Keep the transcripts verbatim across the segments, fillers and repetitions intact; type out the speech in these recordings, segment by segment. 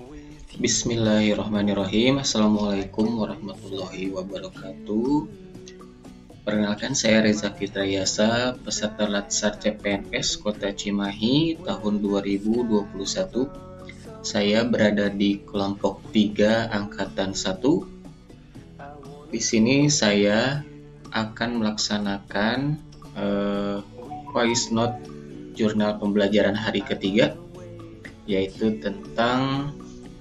Bismillahirrahmanirrahim. Assalamualaikum warahmatullahi wabarakatuh. Perkenalkan, saya Reza Fitrayasa, peserta Latsar C P N S Kota Cimahi tahun dua ribu dua puluh satu. Saya berada di kelompok tiga angkatan satu. Di sini saya akan melaksanakan uh, voice note jurnal pembelajaran hari ketiga, yaitu tentang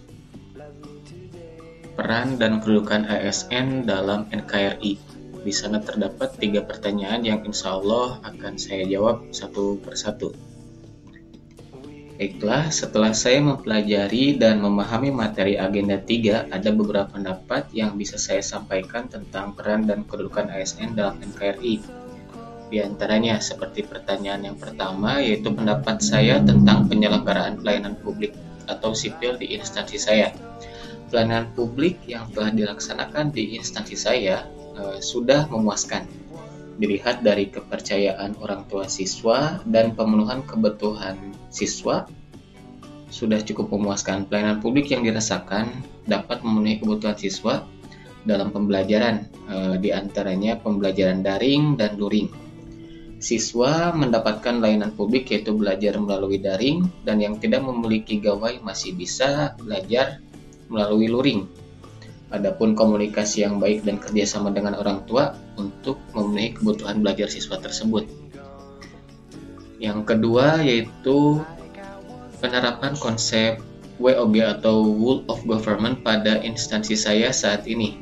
peran dan kedudukan A S N dalam N K R I. Di sana terdapat tiga pertanyaan yang insya Allah akan saya jawab satu persatu. Baiklah, setelah saya mempelajari dan memahami materi agenda tiga, ada beberapa pendapat yang bisa saya sampaikan tentang peran dan kedudukan A S N dalam N K R I. Di antaranya seperti pertanyaan yang pertama, yaitu pendapat saya tentang penyelenggaraan pelayanan publik atau sipil di instansi saya. Pelayanan publik yang telah dilaksanakan di instansi saya eh, sudah memuaskan. Dilihat dari kepercayaan orang tua siswa dan pemenuhan kebutuhan siswa, sudah cukup memuaskan. Pelayanan publik yang dirasakan dapat memenuhi kebutuhan siswa dalam pembelajaran, eh, di antaranya pembelajaran daring dan luring. Siswa mendapatkan layanan publik yaitu belajar melalui daring, dan yang tidak memiliki gawai masih bisa belajar melalui luring. Adapun komunikasi yang baik dan kerjasama dengan orang tua untuk memenuhi kebutuhan belajar siswa tersebut. Yang kedua yaitu penerapan konsep W O G atau Whole of Government pada instansi saya saat ini.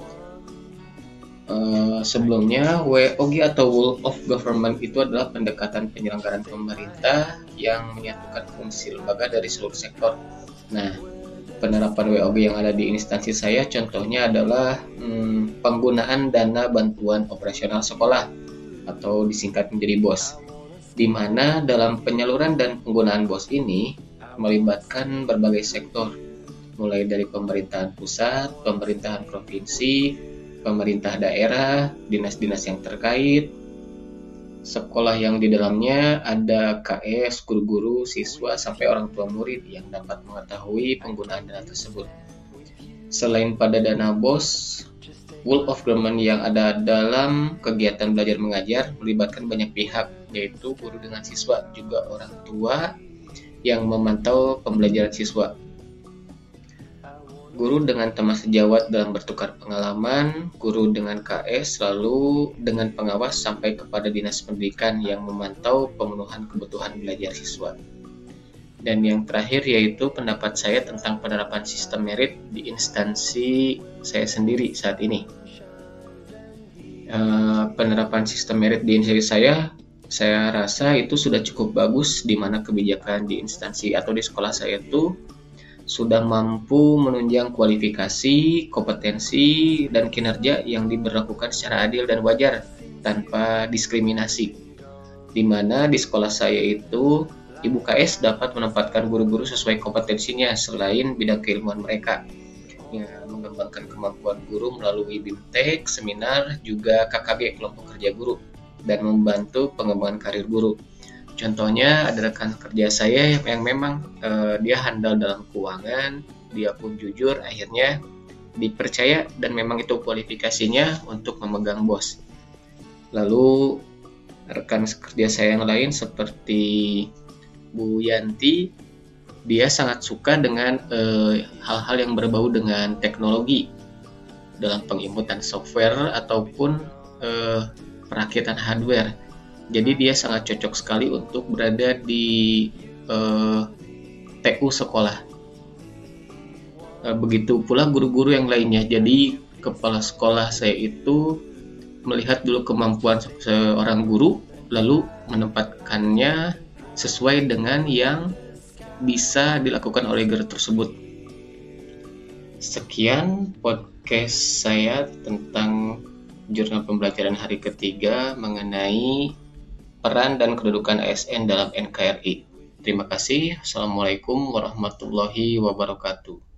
Uh, sebelumnya W O G atau Whole of Government itu adalah pendekatan penyelenggaraan pemerintah yang menyatukan fungsi lembaga dari seluruh sektor. Nah, penerapan W O G yang ada di instansi saya contohnya adalah hmm, penggunaan dana bantuan operasional sekolah atau disingkat menjadi B O S, di mana dalam penyaluran dan penggunaan B O S ini melibatkan berbagai sektor, mulai dari pemerintahan pusat, pemerintahan provinsi, pemerintah daerah, dinas-dinas yang terkait, sekolah yang di dalamnya ada K S, guru-guru, siswa, sampai orang tua murid yang dapat mengetahui penggunaan dana tersebut. Selain pada dana B O S, Whole of Government yang ada dalam kegiatan belajar mengajar melibatkan banyak pihak, yaitu guru dengan siswa, juga orang tua yang memantau pembelajaran siswa. Guru dengan teman sejawat dalam bertukar pengalaman, guru dengan K S, lalu dengan pengawas sampai kepada dinas pendidikan yang memantau pemenuhan kebutuhan belajar siswa. Dan yang terakhir yaitu pendapat saya tentang penerapan sistem merit di instansi saya sendiri saat ini. E, penerapan sistem merit di instansi saya, saya rasa itu sudah cukup bagus, di mana kebijakan di instansi atau di sekolah saya itu sudah mampu menunjang kualifikasi, kompetensi, dan kinerja yang diberlakukan secara adil dan wajar tanpa diskriminasi. Di mana di sekolah saya itu, Ibu K S dapat menempatkan guru-guru sesuai kompetensinya selain bidang keilmuan mereka. Ya, mengembangkan kemampuan guru melalui BIMTEK, seminar, juga K K B, kelompok kerja guru, dan membantu pengembangan karir guru. Contohnya ada rekan kerja saya yang memang eh, dia handal dalam keuangan, dia pun jujur, akhirnya dipercaya dan memang itu kualifikasinya untuk memegang B O S. Lalu rekan kerja saya yang lain seperti Bu Yanti, dia sangat suka dengan eh, hal-hal yang berbau dengan teknologi dalam penginputan software ataupun eh, perakitan hardware. Jadi dia sangat cocok sekali untuk berada di uh, T U sekolah. Uh, begitu pula guru-guru yang lainnya. Jadi kepala sekolah saya itu melihat dulu kemampuan seorang guru, lalu menempatkannya sesuai dengan yang bisa dilakukan oleh guru tersebut. Sekian podcast saya tentang jurnal pembelajaran hari ketiga mengenai peran dan kedudukan A S N dalam N K R I. Terima kasih. Assalamualaikum warahmatullahi wabarakatuh.